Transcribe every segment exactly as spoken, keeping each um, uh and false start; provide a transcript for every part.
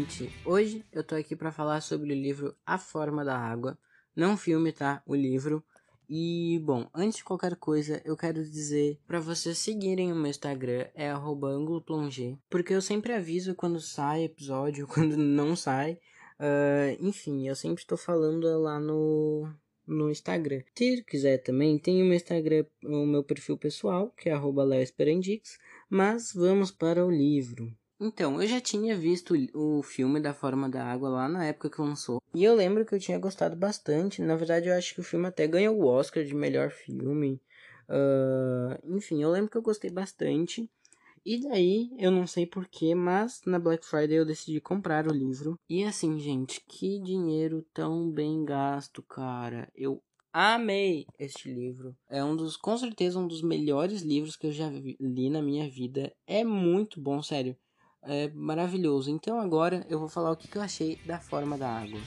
gente, hoje eu tô aqui pra falar sobre o livro A Forma da Água, não o filme, tá? O livro. E, bom, antes de qualquer coisa, eu quero dizer pra vocês seguirem o meu Instagram, é arroba angloplongé, porque eu sempre aviso quando sai episódio, quando não sai. Uh, enfim, eu sempre tô falando lá no, no Instagram. Se quiser também, tem o meu Instagram, o meu perfil pessoal, que é arroba leoesperandix, mas vamos para o livro. Então, eu já tinha visto o filme da Forma da Água lá na época que lançou. E eu lembro que eu tinha gostado bastante. Na verdade, eu acho que o filme até ganhou o Oscar de melhor filme. Uh, enfim, eu lembro que eu gostei bastante. E daí, eu não sei porquê, mas na Black Friday eu decidi comprar o livro. E assim, gente, que dinheiro tão bem gasto, cara. Eu amei este livro. É um dos, com certeza, um dos melhores livros que eu já vi, li na minha vida. É muito bom, sério. É maravilhoso. Então agora eu vou falar o que, que eu achei da Forma da Água.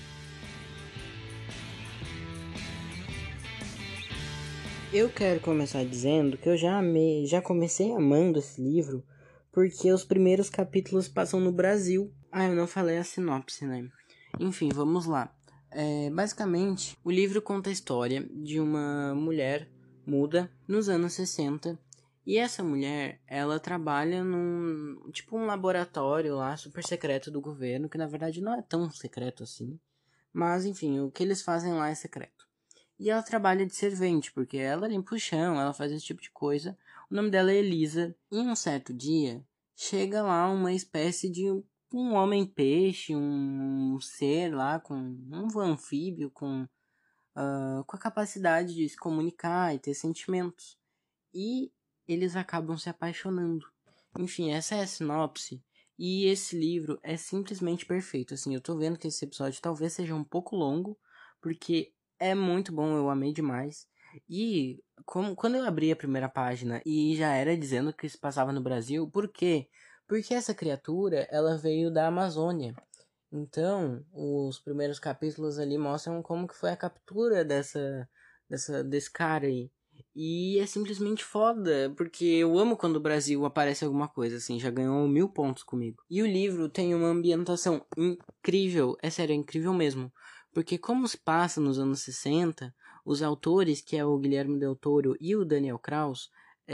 Eu quero começar dizendo que eu já amei, já comecei amando esse livro porque os primeiros capítulos passam no Brasil. Ah, eu não falei a sinopse, né? Enfim, vamos lá. É, basicamente, o livro conta a história de uma mulher muda nos anos sessenta. E essa mulher, ela trabalha num, tipo um laboratório lá, super secreto do governo, que na verdade não é tão secreto assim. Mas, enfim, o que eles fazem lá é secreto. E ela trabalha de servente, porque ela limpa o chão, ela faz esse tipo de coisa. O nome dela é Elisa. E um certo dia, chega lá uma espécie de um homem-peixe, um ser lá, com um anfíbio, com, uh, com a capacidade de se comunicar e ter sentimentos. E eles acabam se apaixonando. Enfim, essa é a sinopse. E esse livro é simplesmente perfeito. Assim, eu tô vendo que esse episódio talvez seja um pouco longo, porque é muito bom, eu amei demais. E como, quando eu abri a primeira página e já era dizendo que se passava no Brasil, por quê? Porque essa criatura, ela veio da Amazônia. Então, os primeiros capítulos ali mostram como que foi a captura dessa, dessa, desse cara aí. E é simplesmente foda, porque eu amo quando o Brasil aparece alguma coisa, assim, já ganhou mil pontos comigo. E o livro tem uma ambientação incrível, é sério, é incrível mesmo. Porque como se passa nos anos sessenta, os autores, que é o Guilherme Del Toro e o Daniel Kraus,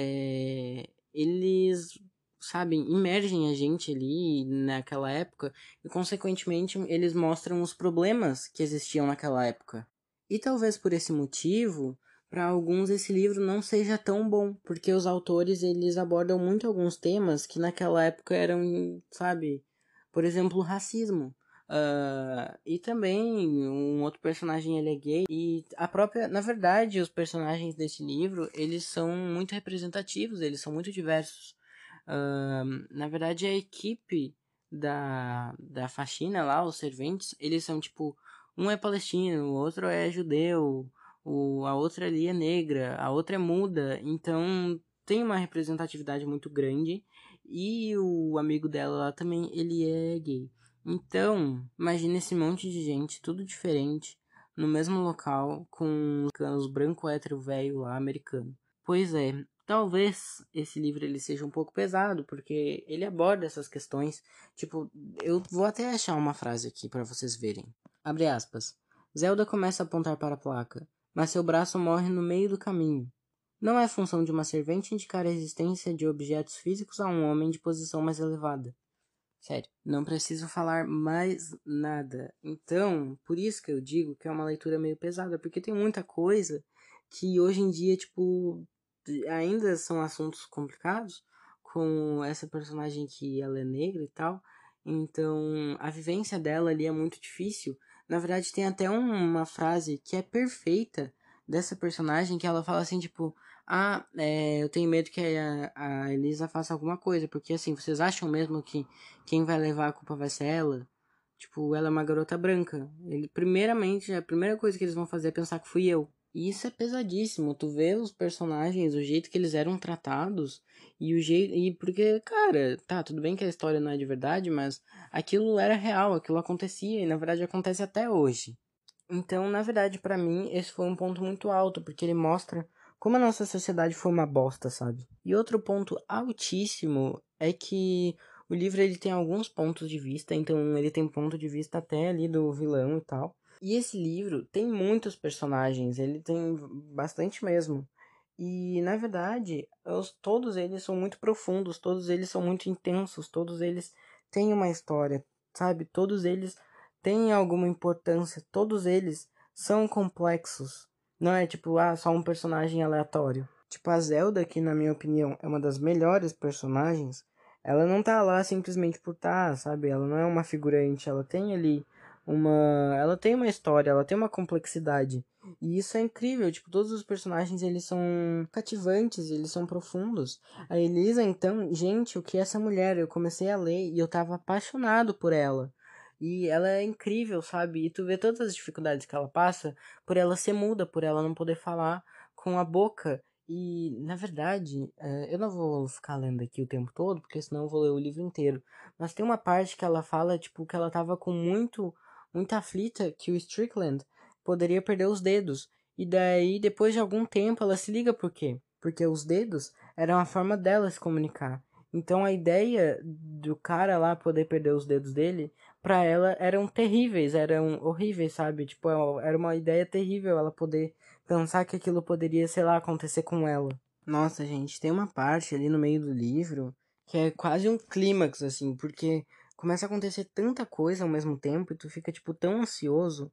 é, eles, sabem, imergem a gente ali naquela época e, consequentemente, eles mostram os problemas que existiam naquela época. E talvez por esse motivo, para alguns esse livro não seja tão bom, porque os autores eles abordam muito alguns temas que naquela época eram, sabe, por exemplo, o racismo. Uh, e também um outro personagem ele é gay e a própria, na verdade, os personagens desse livro eles são muito representativos, eles são muito diversos. Uh, na verdade, a equipe da, da faxina lá, os serventes, eles são tipo, um é palestino, o outro é judeu, o, a outra ali é negra, a outra é muda, então tem uma representatividade muito grande. E o amigo dela lá também, ele é gay. Então, imagina esse monte de gente, tudo diferente, no mesmo local, com os branco hétero velho lá, americano. Pois é, talvez esse livro ele seja um pouco pesado, porque ele aborda essas questões. Tipo, eu vou até achar uma frase aqui para vocês verem. Abre aspas. Zelda começa a apontar para a placa, mas seu braço morre no meio do caminho. Não é função de uma servente indicar a existência de objetos físicos a um homem de posição mais elevada. Sério, não preciso falar mais nada. Então, por isso que eu digo que é uma leitura meio pesada, porque tem muita coisa que hoje em dia, tipo, ainda são assuntos complicados, com essa personagem que ela é negra e tal. Então, a vivência dela ali é muito difícil. Na verdade, tem até um, uma frase que é perfeita dessa personagem, que ela fala assim, tipo, ah, é, eu tenho medo que a, a Elisa faça alguma coisa, porque assim, vocês acham mesmo que quem vai levar a culpa vai ser ela? Tipo, ela é uma garota branca. Ele, primeiramente, a primeira coisa que eles vão fazer é pensar que fui eu. E isso é pesadíssimo. Tu vê os personagens, o jeito que eles eram tratados e o jeito. E porque, cara, tá, tudo bem que a história não é de verdade, mas aquilo era real, aquilo acontecia e na verdade acontece até hoje. Então, na verdade, pra mim, esse foi um ponto muito alto, porque ele mostra como a nossa sociedade foi uma bosta, sabe? E outro ponto altíssimo é que O livro ele tem alguns pontos de vista, então ele tem ponto de vista até ali do vilão e tal. E esse livro tem muitos personagens, ele tem bastante mesmo. E na verdade, os, todos eles são muito profundos, todos eles são muito intensos, todos eles têm uma história, sabe? Todos eles têm alguma importância, todos eles são complexos. Não é tipo, ah, só um personagem aleatório. Tipo, a Zelda, que na minha opinião é uma das melhores personagens, ela não tá lá simplesmente por tá, sabe? Ela não é uma figurante, ela tem ali uma, ela tem uma história, ela tem uma complexidade. E isso é incrível, tipo, todos os personagens eles são cativantes, eles são profundos. A Elisa, então, gente, o que é essa mulher? Eu comecei a ler e eu tava apaixonado por ela. E ela é incrível, sabe? E tu vê todas as dificuldades que ela passa por ela ser muda, por ela não poder falar com a boca. E, na verdade, eh, eu não vou ficar lendo aqui o tempo todo, porque senão eu vou ler o livro inteiro. Mas tem uma parte que ela fala, tipo, que ela tava com muito, muita aflita que o Strickland poderia perder os dedos. E daí, depois de algum tempo, ela se liga por quê? Porque os dedos eram a forma dela se comunicar. Então a ideia do cara lá poder perder os dedos dele, pra ela eram terríveis, eram horríveis, sabe? Tipo, era uma ideia terrível ela poder pensar que aquilo poderia, sei lá, acontecer com ela. Nossa, gente, tem uma parte ali no meio do livro que é quase um clímax, assim, porque começa a acontecer tanta coisa ao mesmo tempo e tu fica, tipo, tão ansioso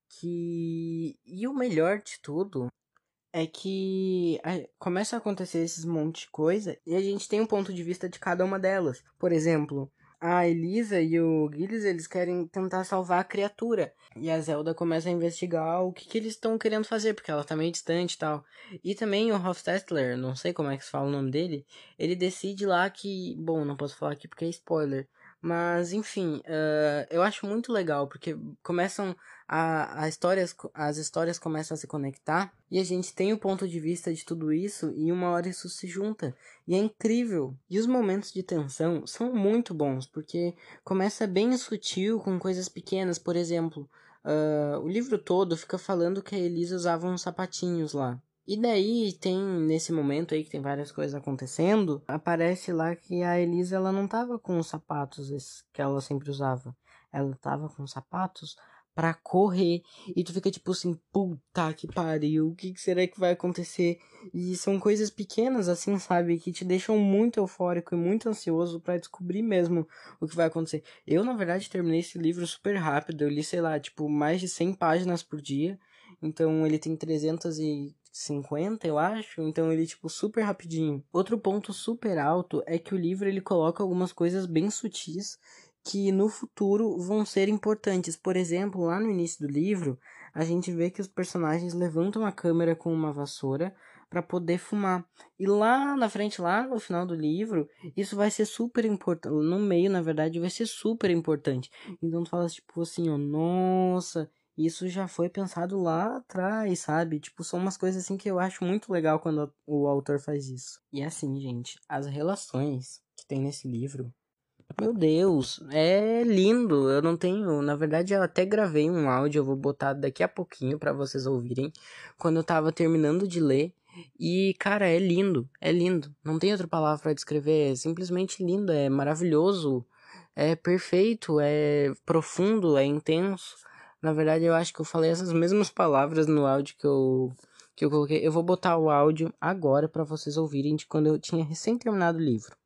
que. E o melhor de tudo é que a- começa a acontecer esses monte de coisa e a gente tem um ponto de vista de cada uma delas. Por exemplo, a Elisa e o Gilles, eles querem tentar salvar a criatura. E a Zelda começa a investigar o que, que eles estão querendo fazer, porque ela tá meio distante e tal. E também o Hofstadter, não sei como é que se fala o nome dele, ele decide lá que... Bom, não posso falar aqui porque é spoiler. Mas, enfim, uh, eu acho muito legal, porque começam a, a histórias, as histórias começam a se conectar e a gente tem o ponto de vista de tudo isso e uma hora isso se junta. E é incrível. E os momentos de tensão são muito bons, porque começa bem sutil com coisas pequenas. Por exemplo, uh, o livro todo fica falando que a Elisa usava uns sapatinhos lá. E daí tem, nesse momento aí que tem várias coisas acontecendo, aparece lá que a Elisa ela não tava com os sapatos esses que ela sempre usava. Ela tava com sapatos pra correr. E tu fica tipo assim, puta que pariu, o que que será que vai acontecer? E são coisas pequenas assim, sabe, que te deixam muito eufórico e muito ansioso pra descobrir mesmo o que vai acontecer. Eu, na verdade, terminei esse livro super rápido. Eu li, sei lá, tipo, mais de cem páginas por dia. Então ele tem trezentas e cinquenta, eu acho, então ele tipo super rapidinho. Outro ponto super alto é que o livro ele coloca algumas coisas bem sutis que no futuro vão ser importantes. Por exemplo, lá no início do livro, a gente vê que os personagens levantam a câmera com uma vassoura para poder fumar. E lá na frente, lá no final do livro, isso vai ser super importante. No meio, na verdade, vai ser super importante. Então tu fala tipo assim, ó, nossa, isso já foi pensado lá atrás, sabe? Tipo, são umas coisas assim que eu acho muito legal quando o autor faz isso. E assim, gente, as relações que tem nesse livro, meu Deus, é lindo. Eu não tenho, na verdade, eu até gravei um áudio, eu vou botar daqui a pouquinho pra vocês ouvirem, quando eu tava terminando de ler. E, cara, é lindo, é lindo. Não tem outra palavra pra descrever, é simplesmente lindo, é maravilhoso, é perfeito, é profundo, é intenso. Na verdade, eu acho que eu falei essas mesmas palavras no áudio que eu que eu coloquei. Eu vou botar o áudio agora pra vocês ouvirem de quando eu tinha recém terminado o livro.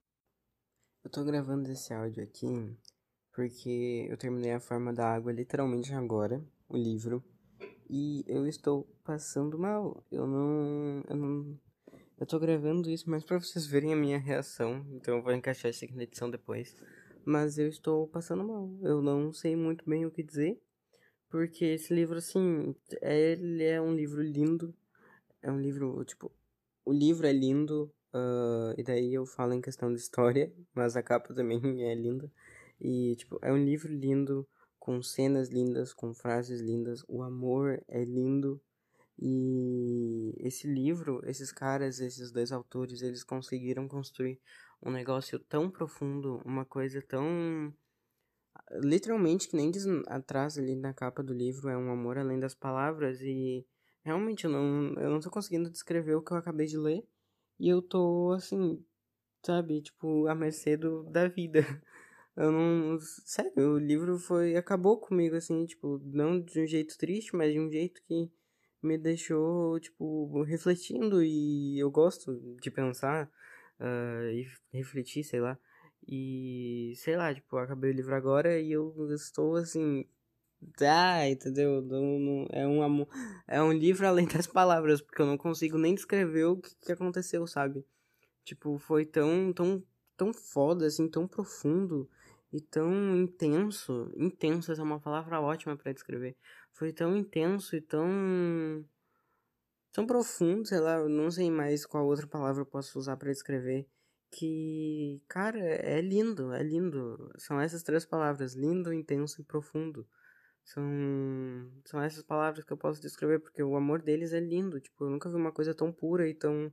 Eu tô gravando esse áudio aqui porque eu terminei A Forma da Água literalmente agora, o livro, e eu estou passando mal. Eu não, eu não, eu tô gravando isso mais pra vocês verem a minha reação, então eu vou encaixar isso aqui na edição depois. Mas eu estou passando mal. Eu não sei muito bem o que dizer, porque esse livro, assim, é, ele é um livro lindo. É um livro, tipo, o livro é lindo, ah, e daí eu falo em questão de história, mas a capa também é linda. E, tipo, é um livro lindo, com cenas lindas, com frases lindas, o amor é lindo. E esse livro, esses caras, esses dois autores, eles conseguiram construir um negócio tão profundo, uma coisa tão. Literalmente, que nem diz atrás ali na capa do livro, é um amor além das palavras. E realmente eu não, eu não tô conseguindo descrever o que eu acabei de ler. E eu tô, assim, sabe, tipo, à mercê do, da vida. Eu não. Sério, o livro foi. Acabou comigo, assim, tipo, não de um jeito triste, mas de um jeito que me deixou, tipo, refletindo. E eu gosto de pensar ah, e refletir, sei lá. E sei lá, tipo, eu acabei o livro agora e eu estou assim. Ah, entendeu? Não, não- é um amor. É um livro além das palavras, porque eu não consigo nem descrever o que, que aconteceu, sabe? Tipo, foi tão, tão, tão foda, assim, tão profundo e tão intenso. Intenso, essa é uma palavra ótima pra descrever. Foi tão intenso e tão, tão profundo, sei lá, eu não sei mais qual outra palavra eu posso usar pra descrever. Que, cara, é lindo, é lindo. São essas três palavras, lindo, intenso e profundo. São, são essas palavras que eu posso descrever, porque o amor deles é lindo. Tipo, eu nunca vi uma coisa tão pura e tão,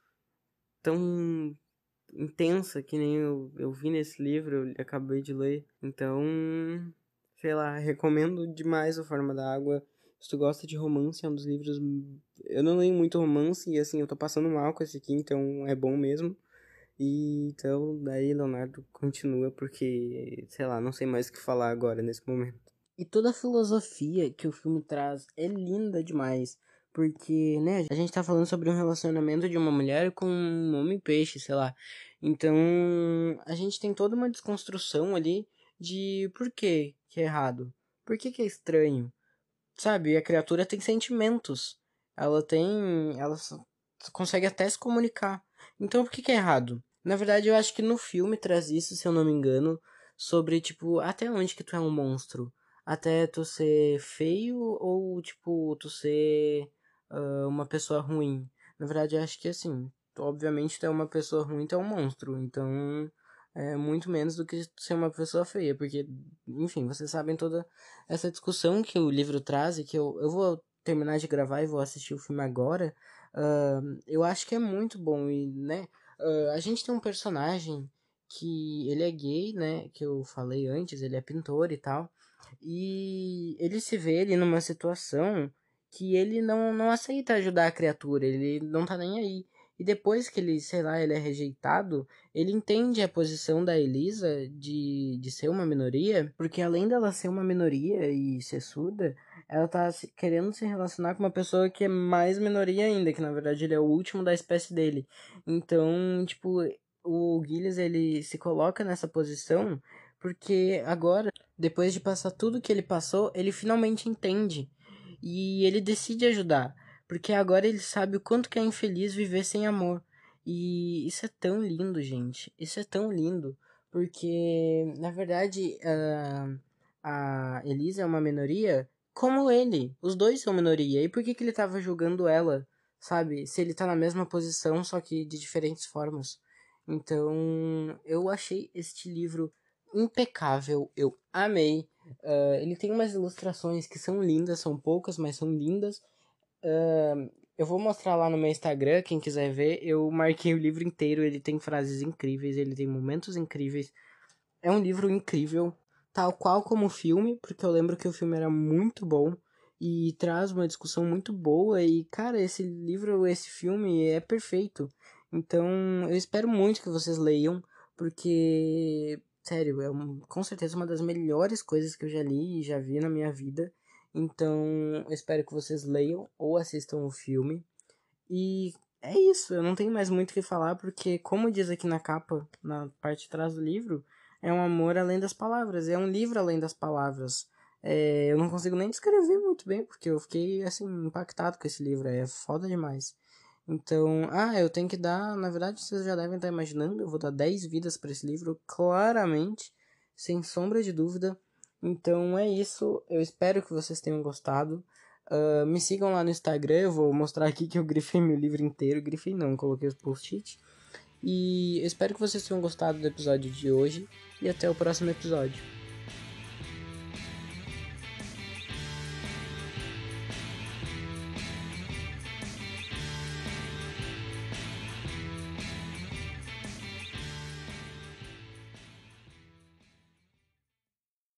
tão intensa que nem eu, eu vi nesse livro, eu acabei de ler. Então, sei lá, recomendo demais O Forma da Água. Se tu gosta de romance, é um dos livros. Eu não leio muito romance e assim, eu tô passando mal com esse aqui, então é bom mesmo. E então, daí Leonardo continua, porque, sei lá, não sei mais o que falar agora nesse momento. E toda a filosofia que o filme traz é linda demais. Porque, né, a gente tá falando sobre um relacionamento de uma mulher com um homem peixe, sei lá. Então, a gente tem toda uma desconstrução ali de por que que é errado. Por que que é estranho. Sabe, a criatura tem sentimentos. Ela tem. Ela só- consegue até se comunicar. Então por que que é errado? Na verdade, eu acho que no filme traz isso, se eu não me engano, sobre, tipo, até onde que tu é um monstro? Até tu ser feio ou, tipo, tu ser ah, uma pessoa ruim? Na verdade, eu acho que assim, tu, obviamente tu é uma pessoa ruim, tu é um monstro. Então, é muito menos do que ser uma pessoa feia, porque, enfim, vocês sabem toda essa discussão que o livro traz e que eu, eu vou terminar de gravar e vou assistir o filme agora, ah, eu acho que é muito bom. E, né, ah, a gente tem um personagem que ele é gay, né, que eu falei antes, ele é pintor e tal, e ele se vê ali numa situação que ele não, não aceita ajudar a criatura, ele não tá nem aí. E depois que ele, sei lá, ele é rejeitado, ele entende a posição da Elisa de, de ser uma minoria, porque além dela ser uma minoria e ser surda, ela tá se- querendo se relacionar com uma pessoa que é mais minoria ainda, que na verdade ele é o último da espécie dele. Então, tipo, o Gilles ele se coloca nessa posição porque agora, depois de passar tudo que ele passou, ele finalmente entende e ele decide ajudar, porque agora ele sabe o quanto que é infeliz viver sem amor. E isso é tão lindo, gente. Isso é tão lindo. Porque, na verdade, a, a Elisa é uma minoria como ele. Os dois são minoria. E por que, que ele tava julgando ela? Sabe? Se ele tá na mesma posição, só que de diferentes formas. Então, eu achei este livro impecável. Eu amei. Uh, ele tem umas ilustrações que são lindas, são poucas, mas são lindas. Uh, eu vou mostrar lá no meu Instagram, quem quiser ver. Eu marquei o livro inteiro, ele tem frases incríveis, ele tem momentos incríveis. É um livro incrível, tal qual como o filme, porque eu lembro que o filme era muito bom e traz uma discussão muito boa. E, cara, esse livro, esse filme é perfeito. Então, eu espero muito que vocês leiam, porque, sério, é um, com certeza uma das melhores coisas que eu já li e já vi na minha vida. Então, eu espero que vocês leiam ou assistam o filme. E é isso, eu não tenho mais muito o que falar, porque, como diz aqui na capa, na parte de trás do livro, é um amor além das palavras, é um livro além das palavras. É, eu não consigo nem descrever muito bem, porque eu fiquei, assim, impactado com esse livro, é foda demais. Então, ah, eu tenho que dar, na verdade, vocês já devem estar imaginando, eu vou dar dez vidas para esse livro, claramente, sem sombra de dúvida. Então é isso, eu espero que vocês tenham gostado. Uh, me sigam lá no Instagram, eu vou mostrar aqui que eu grifei meu livro inteiro. Grifei não, coloquei os post-it. E eu espero que vocês tenham gostado do episódio de hoje. E até o próximo episódio.